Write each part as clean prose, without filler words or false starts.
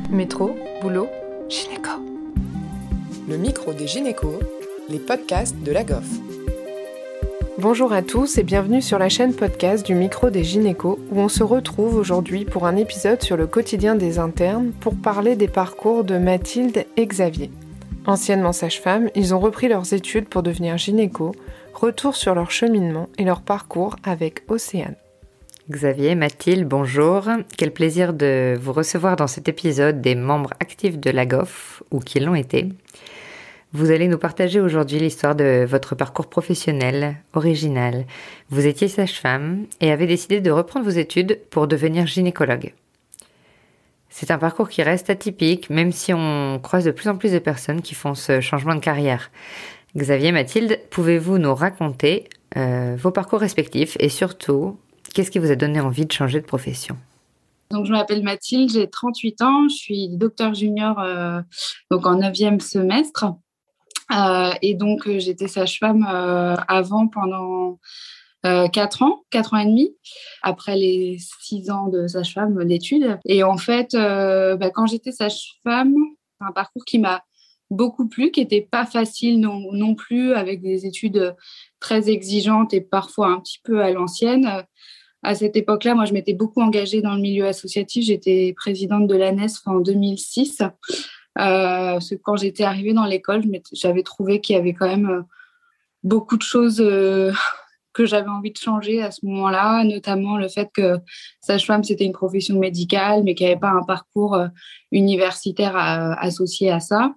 Métro, boulot, gynéco. Le micro des gynécos, les podcasts de la GOF. Bonjour à tous et bienvenue sur la chaîne podcast du micro des gynécos où on se retrouve aujourd'hui pour un épisode sur le quotidien des internes pour parler des parcours de Mathilde et Xavier. Anciennement sages-femmes, ils ont repris leurs études pour devenir gynécos, retour sur leur cheminement et leur parcours avec Océane. Xavier, Mathilde, bonjour. Quel plaisir de vous recevoir dans cet épisode des membres actifs de la GOF, ou qui l'ont été. Vous allez nous partager aujourd'hui l'histoire de votre parcours professionnel, original. Vous étiez sage-femme et avez décidé de reprendre vos études pour devenir gynécologue. C'est un parcours qui reste atypique, même si on croise de plus en plus de personnes qui font ce changement de carrière. Xavier, Mathilde, pouvez-vous nous raconter vos parcours respectifs et surtout, qu'est-ce qui vous a donné envie de changer de profession ? Donc, je m'appelle Mathilde, j'ai 38 ans, je suis docteur junior donc en 9e semestre. Et donc, j'étais sage-femme avant pendant 4 ans et demi, après les 6 ans de sage-femme d'études. Et en fait, quand j'étais sage-femme, c'est un parcours qui m'a beaucoup plu, qui n'était pas facile non plus, avec des études très exigeantes et parfois un petit peu à l'ancienne. À cette époque-là, moi, je m'étais beaucoup engagée dans le milieu associatif. J'étais présidente de l'ANESF en 2006. Parce que quand j'étais arrivée dans l'école, j'avais trouvé qu'il y avait quand même beaucoup de choses que j'avais envie de changer à ce moment-là, notamment le fait que sage-femme, c'était une profession médicale, mais qu'il n'y avait pas un parcours universitaire associé à ça.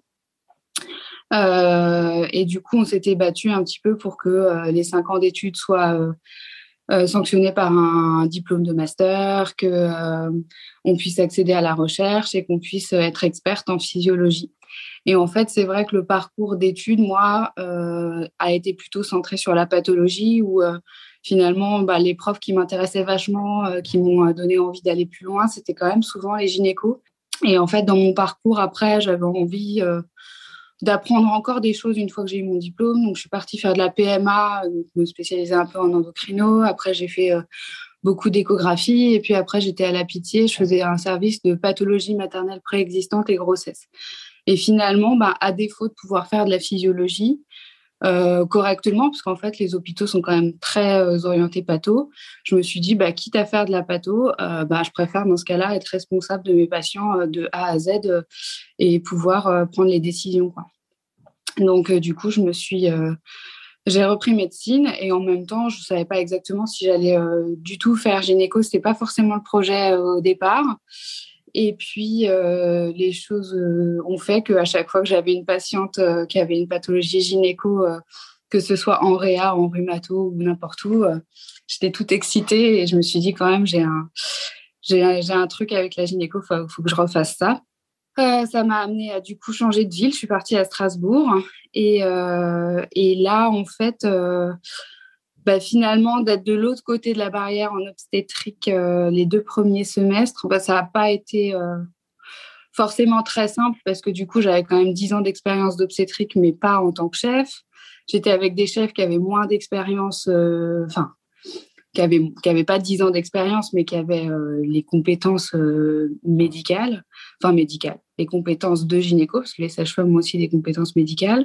Et du coup, on s'était battu un petit peu pour que les 5 ans d'études soient sanctionnés par un diplôme de master, qu'on puisse accéder à la recherche et qu'on puisse être experte en physiologie. Et en fait, c'est vrai que le parcours d'études, moi, a été plutôt centré sur la pathologie où finalement, les profs qui m'intéressaient vachement, qui m'ont donné envie d'aller plus loin, c'était quand même souvent les gynécos. Et en fait, dans mon parcours, après, j'avais envie d'apprendre encore des choses une fois que j'ai eu mon diplôme. Donc, je suis partie faire de la PMA, donc me spécialiser un peu en endocrino. Après, j'ai fait beaucoup d'échographie. Et puis après, j'étais à la Pitié. Je faisais un service de pathologie maternelle préexistante et grossesse. Et finalement, à défaut de pouvoir faire de la physiologie correctement, parce qu'en fait, les hôpitaux sont quand même très orientés patho, je me suis dit, quitte à faire de la patho, je préfère dans ce cas-là être responsable de mes patients de A à Z et pouvoir prendre les décisions, quoi. Donc, du coup, j'ai repris médecine et en même temps, je ne savais pas exactement si j'allais du tout faire gynéco. Ce n'était pas forcément le projet au départ. Et puis, les choses ont fait qu'à chaque fois que j'avais une patiente qui avait une pathologie gynéco, que ce soit en réa, en rhumato ou n'importe où, j'étais toute excitée et je me suis dit quand même, j'ai un truc avec la gynéco, faut que je refasse ça. Ça m'a amenée à du coup changer de ville. Je suis partie à Strasbourg et là, en fait, finalement, d'être de l'autre côté de la barrière en obstétrique les 2 premiers semestres, ça n'a pas été forcément très simple parce que du coup, j'avais quand même 10 ans d'expérience d'obstétrique, mais pas en tant que chef. J'étais avec des chefs qui avaient moins d'expérience, qui avaient pas 10 ans d'expérience, mais qui avaient les compétences médicales, les compétences de gynéco, parce que les sages-femmes ont aussi des compétences médicales.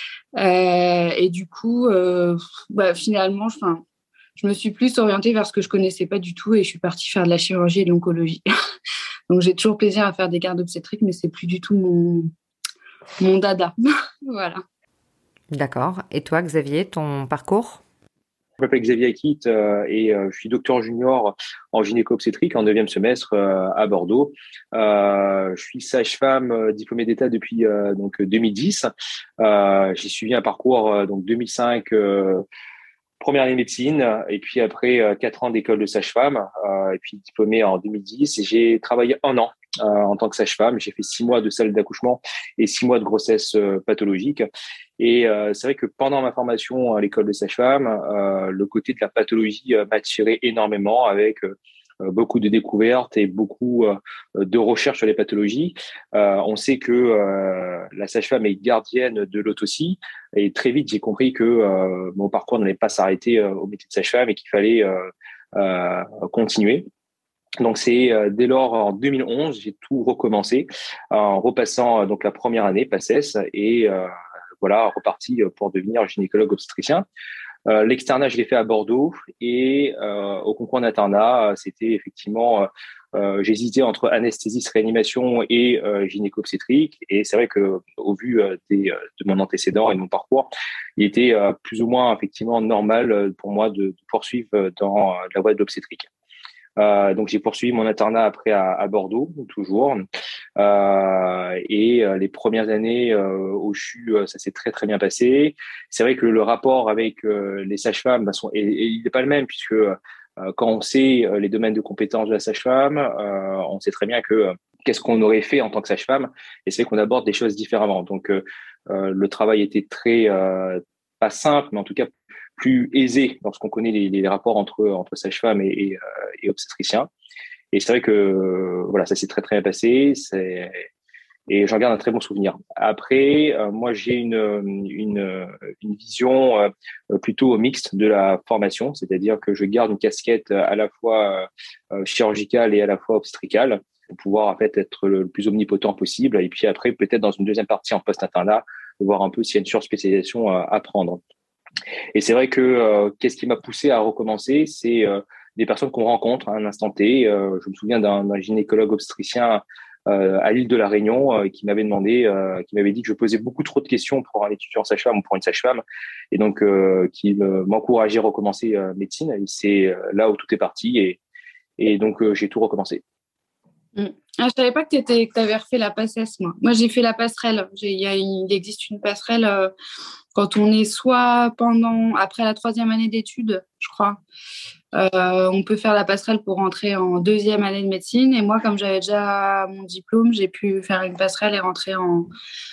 Et du coup, finalement, je me suis plus orientée vers ce que je connaissais pas du tout et je suis partie faire de la chirurgie et de l'oncologie. Donc, j'ai toujours plaisir à faire des gardes obstétriques, mais c'est plus du tout mon dada. Voilà. D'accord. Et toi, Xavier, ton parcours ? Je m'appelle Xavier Akit et je suis docteur junior en gynéco-obstétrique en 9e semestre à Bordeaux. Je suis sage-femme diplômée d'État depuis donc 2010. J'ai suivi un parcours donc 2005 première année médecine et puis après 4 ans d'école de sage-femme et puis diplômée en 2010 et j'ai travaillé 1 an en tant que sage-femme. J'ai fait 6 mois de salle d'accouchement et 6 mois de grossesse pathologique. Et c'est vrai que pendant ma formation à l'école de sage-femme, le côté de la pathologie m'a attiré énormément avec beaucoup de découvertes et beaucoup de recherches sur les pathologies. On sait que la sage-femme est gardienne de l'autopsie et très vite j'ai compris que mon parcours n'allait pas s'arrêter au métier de sage-femme et qu'il fallait continuer. Donc, c'est dès lors, en 2011, j'ai tout recommencé en repassant donc la première année, PACES, et voilà, reparti pour devenir gynécologue obstétricien. L'externat, je l'ai fait à Bordeaux et au concours d'internat, c'était effectivement, j'hésitais entre anesthésiste, réanimation et gynéco-obstétrique. Et c'est vrai que au vu de mon antécédent et de mon parcours, il était plus ou moins effectivement normal pour moi de poursuivre dans la voie de l'obstétrique. Donc j'ai poursuivi mon internat après à Bordeaux toujours et les premières années au CHU ça s'est très très bien passé. C'est vrai que le rapport avec les sages-femmes il n'est pas le même puisque quand on sait les domaines de compétences de la sage-femme, on sait très bien que qu'est-ce qu'on aurait fait en tant que sage-femme et c'est vrai qu'on aborde des choses différemment. Donc le travail était très pas simple mais en tout cas plus aisé lorsqu'on connaît les rapports entre sage-femme et obstétricien. Et c'est vrai que voilà, ça s'est très très bien passé. Et j'en garde un très bon souvenir. Après, moi j'ai une vision plutôt mixte de la formation, c'est-à-dire que je garde une casquette à la fois chirurgicale et à la fois obstétricale pour pouvoir en fait être le plus omnipotent possible. Et puis après, peut-être dans une deuxième partie en post-internat, voir un peu s'il y a une surspécialisation à prendre. Et c'est vrai que qu'est-ce qui m'a poussé à recommencer, c'est des personnes qu'on rencontre à un instant T. Je me souviens d'un gynécologue obstétricien à l'île de la Réunion qui m'avait demandé, qui m'avait dit que je posais beaucoup trop de questions pour un étudiant sage-femme ou pour une sage-femme, et donc qui m'encourageait à recommencer médecine. Et c'est là où tout est parti, et donc j'ai tout recommencé. Ah, je savais pas que tu avais refait la PACES, moi. Moi, j'ai fait la passerelle. Il existe une passerelle quand on est soit après la 3e année d'études, je crois. On peut faire la passerelle pour rentrer en 2e année de médecine. Et moi, comme j'avais déjà mon diplôme, j'ai pu faire une passerelle et rentrer en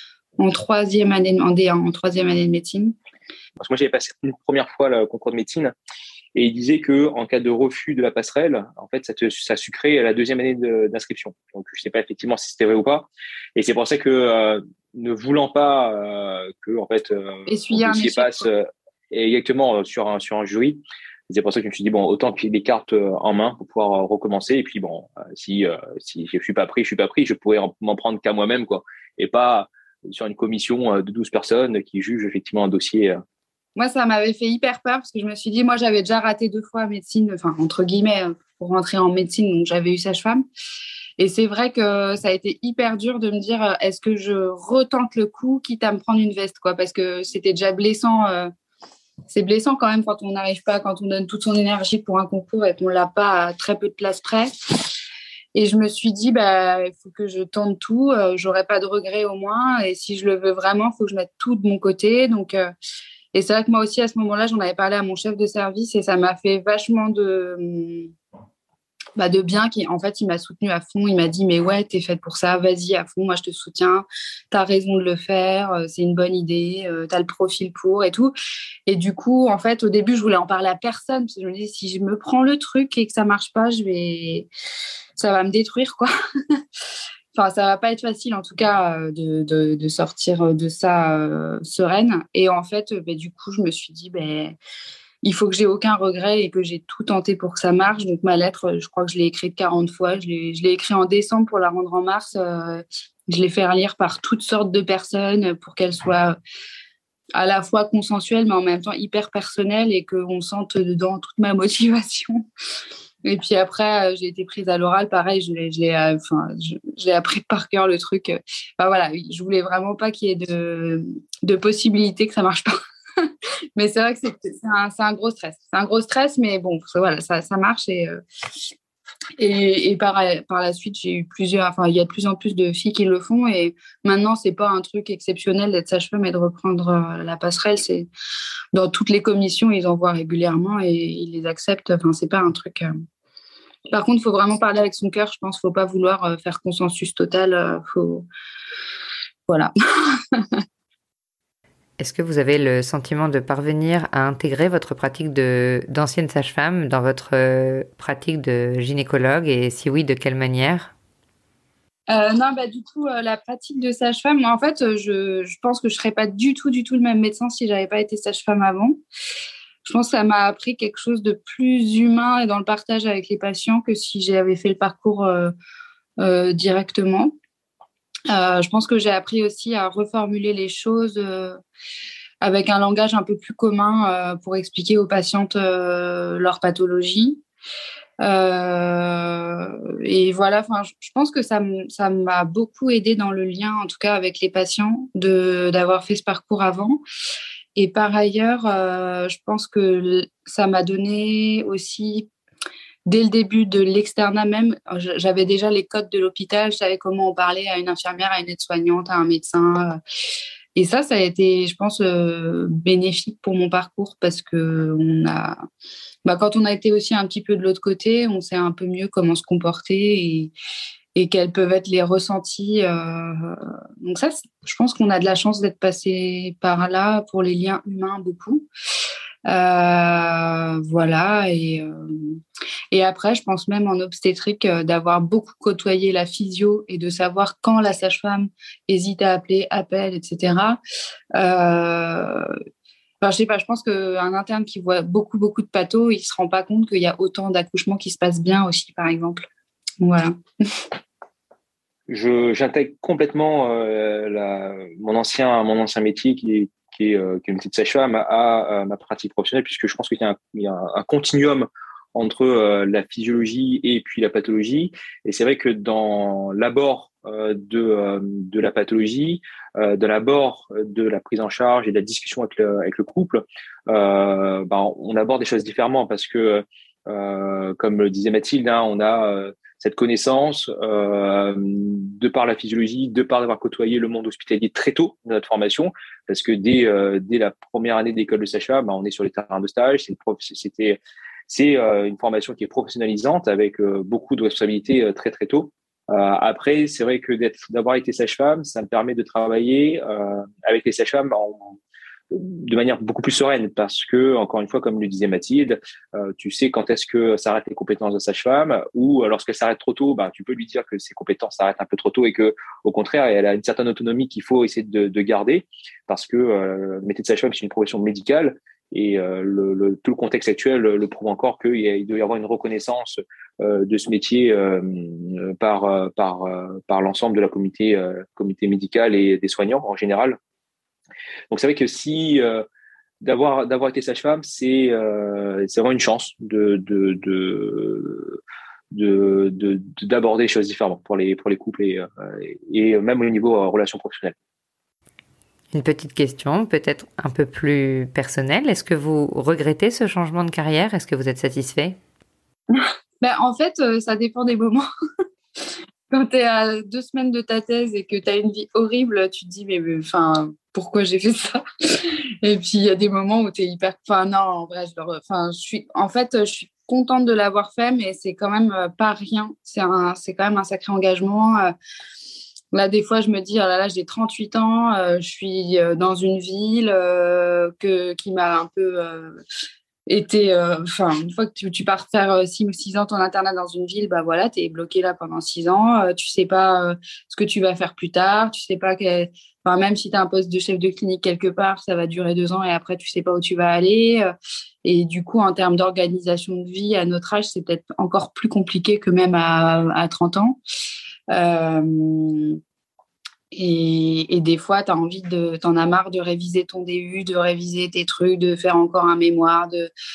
3e année, en D1, en 3e année de médecine. Parce que moi, j'avais passé une première fois le concours de médecine. Et il disait que en cas de refus de la passerelle, en fait, ça sucrait à la 2e année d'inscription. Donc, je sais pas effectivement si c'était vrai ou pas. Et c'est pour ça que ne voulant pas que en fait, essuyer un échec, passe exactement sur un jury. C'est pour ça que je me suis dit bon, autant piler des cartes en main pour pouvoir recommencer. Et puis bon, si je suis pas pris, je pourrais m'en prendre qu'à moi-même, quoi, et pas sur une commission de 12 personnes qui jugent effectivement un dossier. Moi, ça m'avait fait hyper peur parce que je me suis dit, moi, j'avais déjà raté 2 fois médecine, enfin, entre guillemets, pour rentrer en médecine, donc j'avais eu sage-femme. Et c'est vrai que ça a été hyper dur de me dire, est-ce que je retente le coup, quitte à me prendre une veste, quoi, parce que c'était déjà blessant. C'est blessant quand même quand on n'arrive pas, quand on donne toute son énergie pour un concours et qu'on l'a pas à très peu de place près. Et je me suis dit, il faut que je tente tout, j'aurai pas de regrets au moins. Et si je le veux vraiment, il faut que je mette tout de mon côté. Donc, et c'est vrai que moi aussi, à ce moment-là, j'en avais parlé à mon chef de service et ça m'a fait vachement de bien. En fait, il m'a soutenue à fond. Il m'a dit, mais ouais, t'es faite pour ça, vas-y à fond, moi je te soutiens, t'as raison de le faire, c'est une bonne idée, t'as le profil pour et tout. Et du coup, en fait, au début, je voulais en parler à personne parce que je me disais, si je me prends le truc et que ça marche pas, ça va me détruire, quoi. Enfin, ça va pas être facile, en tout cas, de sortir de ça sereine. Et en fait, du coup, je me suis dit, il faut que j'ai aucun regret et que j'ai tout tenté pour que ça marche. Donc, ma lettre, je crois que je l'ai écrite 40 fois. Je l'ai écrite en décembre pour la rendre en mars. Je l'ai fait relire par toutes sortes de personnes pour qu'elle soit à la fois consensuelle, mais en même temps hyper personnelle et qu'on sente dedans toute ma motivation. Et puis après, j'ai été prise à l'oral. Pareil, j'ai appris par cœur le truc. Voilà, je voulais vraiment pas qu'il y ait de possibilité que ça marche pas. Mais c'est vrai que c'est un gros stress. C'est un gros stress, mais bon, voilà, ça marche. Et par la suite, j'ai eu il y a de plus en plus de filles qui le font. Et maintenant, c'est pas un truc exceptionnel d'être sage-femme et de reprendre la passerelle. C'est dans toutes les commissions, ils en voient régulièrement et ils les acceptent. Enfin, c'est pas un truc. Par contre, il faut vraiment parler avec son cœur. Je pense, faut pas vouloir faire consensus total. Voilà. Est-ce que vous avez le sentiment de parvenir à intégrer votre pratique d'ancienne sage-femme dans votre pratique de gynécologue et si oui, de quelle manière ? Non, du coup, la pratique de sage-femme, moi, en fait, je pense que je serais pas du tout le même médecin si j'avais pas été sage-femme avant. je pense que ça m'a appris quelque chose de plus humain et dans le partage avec les patients que si j'avais fait le parcours directement. Je pense que j'ai appris aussi à reformuler les choses avec un langage un peu plus commun pour expliquer aux patientes leur pathologie. Et voilà, je pense que ça m'a beaucoup aidé dans le lien, en tout cas avec les patients, d'avoir fait ce parcours avant. Et par ailleurs, je pense que ça m'a donné aussi, dès le début de l'externat même, j'avais déjà les codes de l'hôpital, je savais comment on parlait à une infirmière, à une aide-soignante, à un médecin. Et ça a été, je pense, bénéfique pour mon parcours parce que quand on a été aussi un petit peu de l'autre côté, on sait un peu mieux comment se comporter et quels peuvent être les ressentis. Donc ça, je pense qu'on a de la chance d'être passé par là pour les liens humains beaucoup. Voilà. Et après, je pense même en obstétrique d'avoir beaucoup côtoyé la physio et de savoir quand la sage-femme hésite à appeler, appelle, etc. Je sais pas, je pense qu'un interne qui voit beaucoup de pathos, il se rend pas compte qu'il y a autant d'accouchements qui se passent bien aussi, par exemple. Voilà. J'intègre complètement mon ancien métier qui est le métier de sage-femme à ma pratique professionnelle, puisque je pense qu'il y a un continuum entre la physiologie et puis la pathologie. Et c'est vrai que dans l'abord de la pathologie, de l'abord de la prise en charge et de la discussion avec le couple, on aborde des choses différemment parce que, comme le disait Mathilde, hein, on a cette connaissance de par la physiologie, de par avoir côtoyé le monde hospitalier très tôt dans notre formation, parce que dès la première année d'école de sage-femme, on est sur les terrains de stage. C'est une formation qui est professionnalisante avec beaucoup de responsabilités très très tôt. Après, c'est vrai que d'avoir été sage-femme, ça me permet de travailler avec les sages-femmes de manière beaucoup plus sereine parce que, encore une fois, comme le disait Mathilde, tu sais quand est-ce que s'arrêtent les compétences de sage-femme ou lorsqu'elle s'arrête trop tôt, tu peux lui dire que ses compétences s'arrêtent un peu trop tôt et que, au contraire, elle a une certaine autonomie qu'il faut essayer de garder parce que le métier de sage-femme, c'est une profession médicale et tout le contexte actuel le prouve encore qu'il doit y avoir une reconnaissance de ce métier par l'ensemble de la communauté médicale et des soignants en général. Donc c'est vrai que si d'avoir été sage-femme, c'est vraiment une chance d'aborder les choses différemment pour les couples et même au niveau relations professionnelles. Une petite question, peut-être un peu plus personnelle. Est-ce que vous regrettez ce changement de carrière? Est-ce que vous êtes satisfait? En fait, ça dépend des moments. Quand tu es à 2 semaines de ta thèse et que tu as une vie horrible, tu te dis, mais pourquoi j'ai fait ça? Et puis, il y a des moments où tu es hyper... non, en vrai, je suis contente de l'avoir fait, mais c'est quand même pas rien. C'est quand même un sacré engagement. Là, des fois, je me dis, oh là là, j'ai 38 ans, je suis dans une ville qui m'a un peu... une fois que tu pars faire 6 ou 6 ans ton internat dans une ville, voilà, tu es bloqué là pendant 6 ans, tu sais pas ce que tu vas faire plus tard, tu sais pas même si tu as un poste de chef de clinique quelque part, ça va durer 2 ans et après tu sais pas où tu vas aller. Et du coup, en termes d'organisation de vie, à notre âge, c'est peut-être encore plus compliqué que même à 30 ans. Et des fois, t'en as marre de réviser ton DU, de réviser tes trucs, de faire encore un mémoire,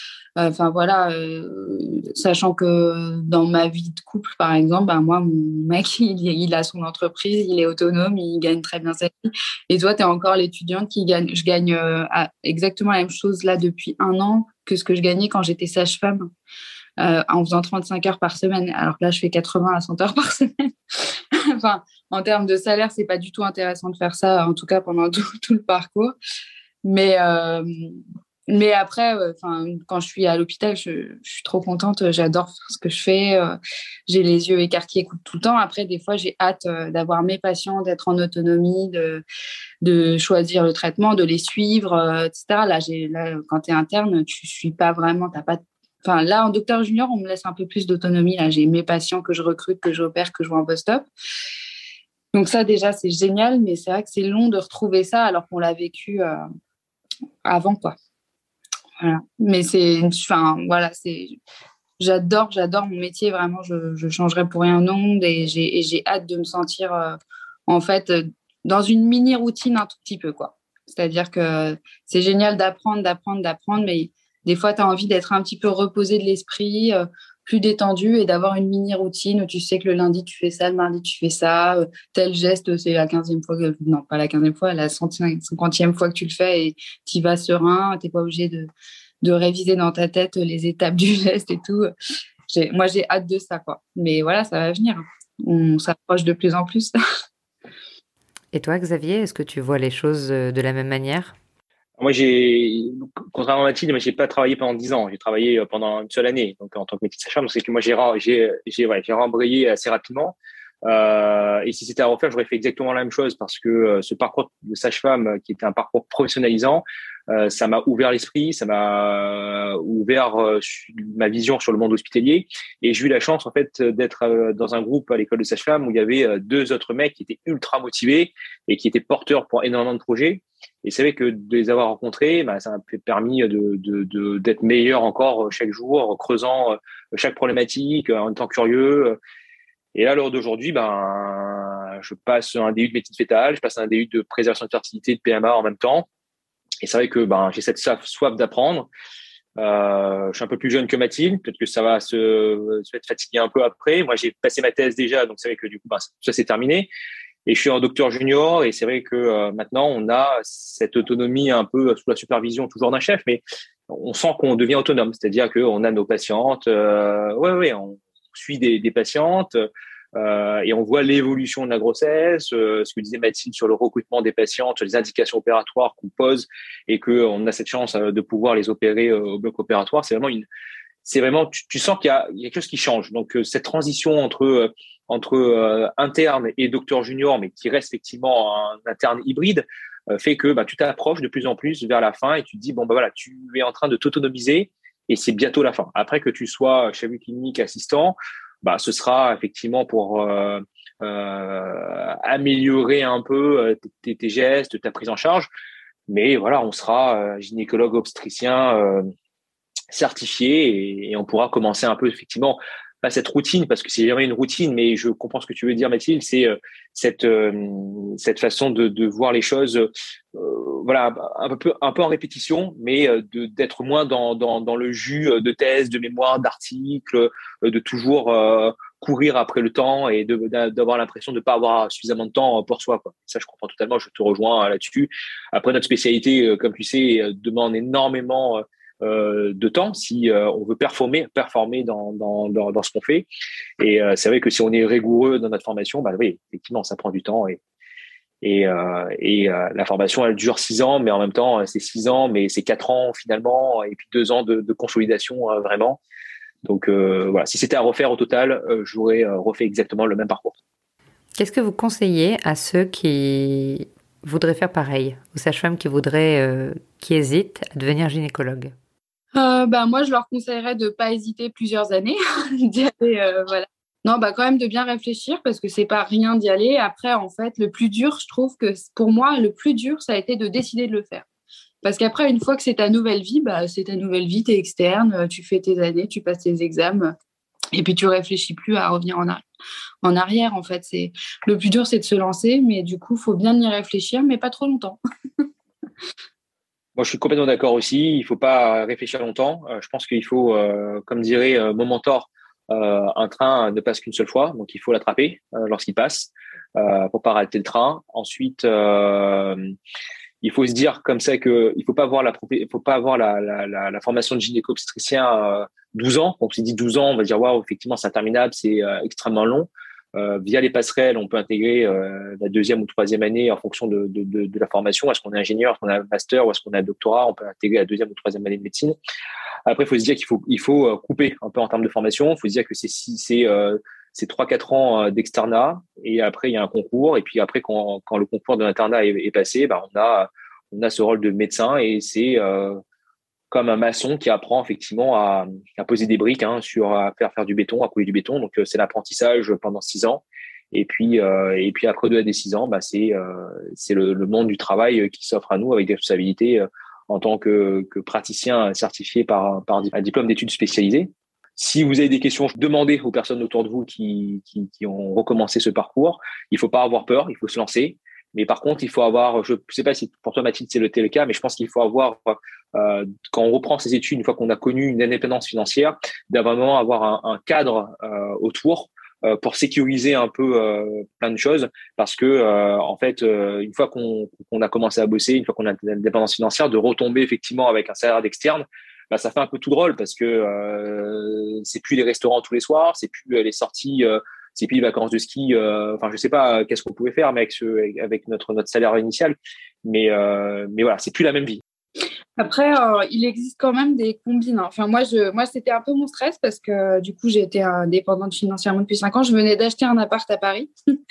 sachant que dans ma vie de couple, par exemple, moi, mon mec, il a son entreprise, il est autonome, il gagne très bien sa vie. Et toi, tu es encore l'étudiante je gagne exactement la même chose là depuis 1 an que ce que je gagnais quand j'étais sage-femme. En faisant 35 heures par semaine, alors que là, je fais 80 à 100 heures par semaine. En termes de salaire, c'est pas du tout intéressant de faire ça, en tout cas pendant tout le parcours. Mais après, quand je suis à l'hôpital, je suis trop contente. J'adore faire ce que je fais. J'ai les yeux écarquillés tout le temps. Après, des fois, j'ai hâte d'avoir mes patients, d'être en autonomie, de choisir le traitement, de les suivre, etc. Là, quand tu es interne, tu suis pas vraiment. T'as pas. Là, en docteur junior, on me laisse un peu plus d'autonomie. Là, j'ai mes patients que je recrute, que j'opère, que je vois en post-op. Donc ça, déjà, c'est génial, mais c'est vrai que c'est long de retrouver ça alors qu'on l'a vécu avant, quoi. Voilà. Mais j'adore mon métier, vraiment, je changerais pour rien au monde et j'ai hâte de me sentir, en fait, dans une mini routine un tout petit peu, quoi. C'est-à-dire que c'est génial d'apprendre, mais des fois, tu as envie d'être un petit peu reposé de l'esprit, plus détendu et d'avoir une mini routine où tu sais que le lundi, tu fais ça, le mardi, tu fais ça, tel geste, c'est la 15e fois, non, pas la 15e fois, la 50e fois que tu le fais et tu y vas serein, tu n'es pas obligé de réviser dans ta tête les étapes du geste et tout. Moi, j'ai hâte de ça, quoi. Mais voilà, ça va venir. On s'approche de plus en plus. Et toi, Xavier, est-ce que tu vois les choses de la même manière? Moi, contrairement à Mathilde, moi, j'ai pas travaillé pendant 10 ans. J'ai travaillé pendant une seule année, donc en tant que médecin sage-femme. C'est que moi, j'ai rembrayé assez rapidement. Et si c'était à refaire, j'aurais fait exactement la même chose parce que ce parcours de sage-femme, qui était un parcours professionnalisant, ça m'a ouvert l'esprit, ça m'a ouvert ma vision sur le monde hospitalier. Et j'ai eu la chance, en fait, d'être dans un groupe à l'école de sage-femme où il y avait deux autres mecs qui étaient ultra motivés et qui étaient porteurs pour énormément de projets. Et c'est vrai que de les avoir rencontrés, ça m'a permis d'être meilleur encore chaque jour, en creusant chaque problématique, en étant curieux. Et là, à l'heure d'aujourd'hui, je passe un DU de médecine fétale, je passe un DU de préservation de fertilité, de PMA en même temps. Et c'est vrai que j'ai cette soif d'apprendre. Je suis un peu plus jeune que Mathilde, peut-être que ça va se être fatigué un peu après. Moi, j'ai passé ma thèse déjà, donc c'est vrai que du coup, ça c'est terminé. Et je suis un docteur junior, et c'est vrai que maintenant, on a cette autonomie un peu sous la supervision toujours d'un chef, mais on sent qu'on devient autonome, c'est-à-dire qu'on a nos patientes, on suit des patientes, et on voit l'évolution de la grossesse, ce que disait Mathilde sur le recrutement des patientes, sur les indications opératoires qu'on pose, et qu'on a cette chance de pouvoir les opérer au bloc opératoire. C'est vraiment, tu sens qu'il y a quelque chose qui change. Donc cette transition entre interne et docteur junior, mais qui reste effectivement un interne hybride, fait que tu t'approches de plus en plus vers la fin et tu te dis voilà, tu es en train de t'autonomiser et c'est bientôt la fin. Après que tu sois chef de clinique, assistant, ce sera effectivement pour améliorer un peu tes gestes, ta prise en charge. Mais voilà, on sera gynécologue obstétricien certifié et on pourra commencer un peu effectivement pas cette routine parce que c'est jamais une routine, mais je comprends ce que tu veux dire, Mathilde, c'est cette façon de voir les choses, voilà, un peu en répétition, mais d'être moins dans le jus de thèse, de mémoire, d'articles, de toujours courir après le temps et d'avoir l'impression de pas avoir suffisamment de temps pour soi, quoi. Ça, je comprends totalement, je te rejoins là-dessus. Après, notre spécialité, comme tu sais, demande énormément de temps si on veut performer dans ce qu'on fait. Et c'est vrai que si on est rigoureux dans notre formation, oui, effectivement, ça prend du temps et la formation, elle dure 6 ans, mais en même temps, c'est 6 ans, mais c'est 4 ans finalement, et puis 2 ans de consolidation vraiment. Donc voilà, si c'était à refaire au total, j'aurais refait exactement le même parcours. Qu'est-ce que vous conseillez à ceux qui voudraient faire pareil, aux sages-femmes qui hésitent à devenir gynécologue? Moi, je leur conseillerais de ne pas hésiter plusieurs années, d'y aller, voilà. Non, quand même de bien réfléchir parce que c'est pas rien d'y aller. Après, en fait, le plus dur, je trouve que pour moi, le plus dur, ça a été de décider de le faire. Parce qu'après, une fois que c'est ta nouvelle vie, c'est ta nouvelle vie, tu es externe, tu fais tes années, tu passes tes examens et puis tu réfléchis plus à revenir en arrière. En fait, le plus dur, c'est de se lancer, mais du coup, il faut bien y réfléchir, mais pas trop longtemps. Moi, je suis complètement d'accord aussi. Il faut pas réfléchir longtemps. Je pense qu'il faut, comme dirait mon mentor, un train ne passe qu'une seule fois, donc il faut l'attraper lorsqu'il passe pour pas rater le train. Ensuite, il faut se dire comme ça que il faut pas avoir la formation de gynéco-obstétricien 12 ans. Donc, on se dit 12 ans, on va dire waouh, effectivement, c'est interminable, c'est extrêmement long. Via les passerelles, on peut intégrer la 2e ou 3e année en fonction de la formation. Est-ce qu'on est ingénieur, est-ce qu'on a un master ou est-ce qu'on a un doctorat? On peut intégrer la 2e ou 3e année de médecine. Après, il faut se dire qu'il faut couper un peu en termes de formation. Il faut se dire que c'est 3-4 ans d'externat et après, il y a un concours. Et puis après, quand le concours de l'internat est passé, on a ce rôle de médecin et c'est comme un maçon qui apprend effectivement à poser des briques, à faire du béton, à couler du béton. Donc, c'est l'apprentissage pendant 6 ans. Et puis après 2 à 6 ans, c'est le monde du travail qui s'offre à nous avec des responsabilités en tant que praticien certifié par un diplôme d'études spécialisées. Si vous avez des questions, demandez aux personnes autour de vous qui ont recommencé ce parcours. Il faut pas avoir peur, il faut se lancer. Mais par contre, il faut avoir, je sais pas si pour toi Mathilde c'est le cas, mais je pense qu'il faut avoir, quand on reprend ses études, une fois qu'on a connu une indépendance financière, vraiment avoir un cadre autour pour sécuriser un peu plein de choses, parce que en fait, une fois qu'on a commencé à bosser, une fois qu'on a l'indépendance financière, de retomber effectivement avec un salaire d'externe, bah, ça fait un peu tout drôle parce que c'est plus les restaurants tous les soirs, c'est plus les sorties, c'est plus les vacances de ski. Enfin, je sais pas qu'est-ce qu'on pouvait faire mais avec notre salaire initial, mais voilà, c'est plus la même vie. Après, il existe quand même des combines. Enfin, moi, c'était un peu mon stress parce que du coup, j'ai été indépendante financièrement depuis 5 ans. Je venais d'acheter un appart à Paris.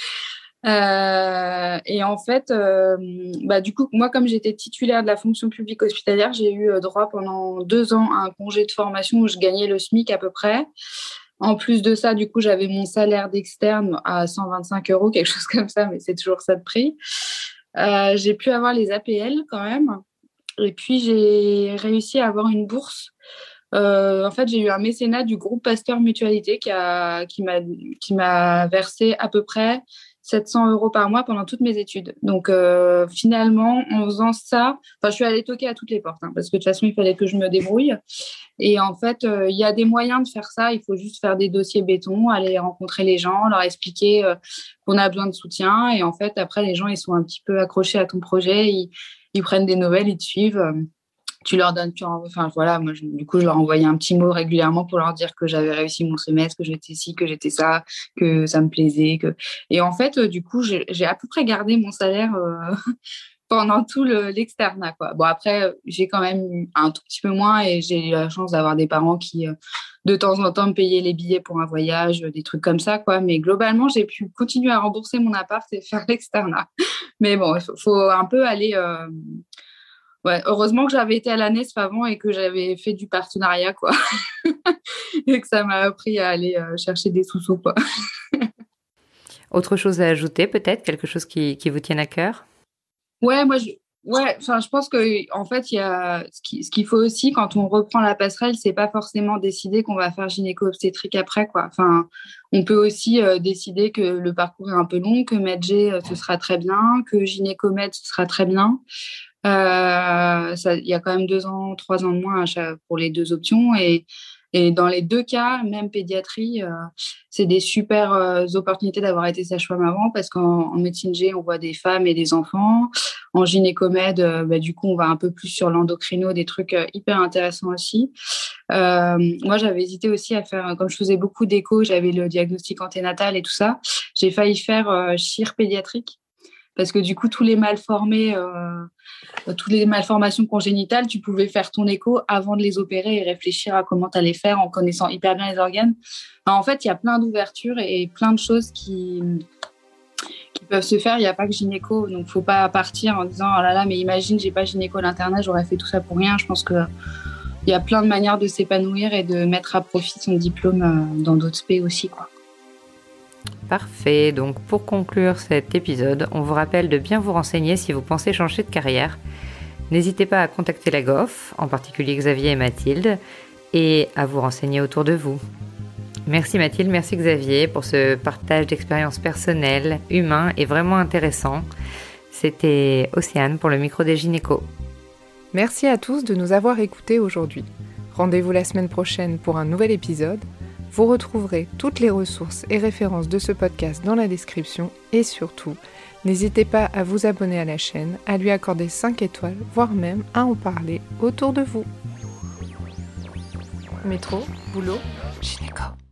Et en fait, du coup, moi, comme j'étais titulaire de la fonction publique hospitalière, j'ai eu droit pendant 2 ans à un congé de formation où je gagnais le SMIC à peu près. En plus de ça, du coup, j'avais mon salaire d'externe à 125 €, quelque chose comme ça, mais c'est toujours ça de prix. J'ai pu avoir les APL quand même. Et puis, j'ai réussi à avoir une bourse. En fait, j'ai eu un mécénat du groupe Pasteur Mutualité qui m'a versé à peu près 700 € par mois pendant toutes mes études. Donc, finalement, en faisant ça, je suis allée toquer à toutes les portes, parce que de toute façon, il fallait que je me débrouille. Et en fait, il y a des moyens de faire ça. Il faut juste faire des dossiers béton, aller rencontrer les gens, leur expliquer qu'on a besoin de soutien. Et en fait, après, les gens, ils sont un petit peu accrochés à ton projet. Ils prennent des nouvelles, ils te suivent. Tu leur donnes, voilà, moi, du coup, je leur envoyais un petit mot régulièrement pour leur dire que j'avais réussi mon semestre, que j'étais ci, que j'étais ça, que ça me plaisait. Et en fait, du coup, j'ai à peu près gardé mon salaire pendant tout l'externat, quoi. Bon, après, j'ai quand même eu un tout petit peu moins et j'ai eu la chance d'avoir des parents qui, de temps en temps, me payaient les billets pour un voyage, des trucs comme ça, quoi. Mais globalement, j'ai pu continuer à rembourser mon appart et faire l'externat. Mais bon, il faut un peu aller... Ouais, heureusement que j'avais été à la NESF avant et que j'avais fait du partenariat, quoi. Et que ça m'a appris à aller chercher des sous-sous, quoi. Autre chose à ajouter, peut-être, quelque chose qui vous tienne à cœur? Ouais, je pense que en fait, il y a ce qu'il faut aussi quand on reprend la passerelle, c'est pas forcément décider qu'on va faire gynéco-obstétrique après, quoi. Enfin, on peut aussi décider que le parcours est un peu long, que Med-G ce sera très bien, que gynéco-med ce sera très bien. Il y a quand même 2 ans, 3 ans de moins pour les 2 options et dans les 2 cas, même pédiatrie, c'est des super opportunités d'avoir été sage-femme avant parce qu'en médecine G, on voit des femmes et des enfants. En gynécomède, du coup, on va un peu plus sur l'endocrino, des trucs hyper intéressants aussi. Moi, j'avais hésité aussi à faire, comme je faisais beaucoup d'écho, j'avais le diagnostic anténatal et tout ça. J'ai failli faire chir pédiatrique. Parce que du coup, tous les malformations congénitales, tu pouvais faire ton écho avant de les opérer et réfléchir à comment tu allais faire en connaissant hyper bien les organes. Alors, en fait, il y a plein d'ouvertures et plein de choses qui peuvent se faire. Il n'y a pas que gynéco, donc il ne faut pas partir en disant « Oh là là, mais imagine, j'ai pas gynéco à l'internat, j'aurais fait tout ça pour rien ». Je pense qu'il y a plein de manières de s'épanouir et de mettre à profit son diplôme dans d'autres spé aussi, quoi. Parfait, donc pour conclure cet épisode, on vous rappelle de bien vous renseigner si vous pensez changer de carrière. N'hésitez pas à contacter la GOF, en particulier Xavier et Mathilde, et à vous renseigner autour de vous. Merci Mathilde, merci Xavier pour ce partage d'expériences personnelles, humain et vraiment intéressant. C'était Océane pour le micro des gynécos. Merci à tous de nous avoir écoutés aujourd'hui. Rendez-vous la semaine prochaine pour un nouvel épisode. Vous retrouverez toutes les ressources et références de ce podcast dans la description et surtout, n'hésitez pas à vous abonner à la chaîne, à lui accorder 5 étoiles, voire même à en parler autour de vous. Métro, boulot, gynéco.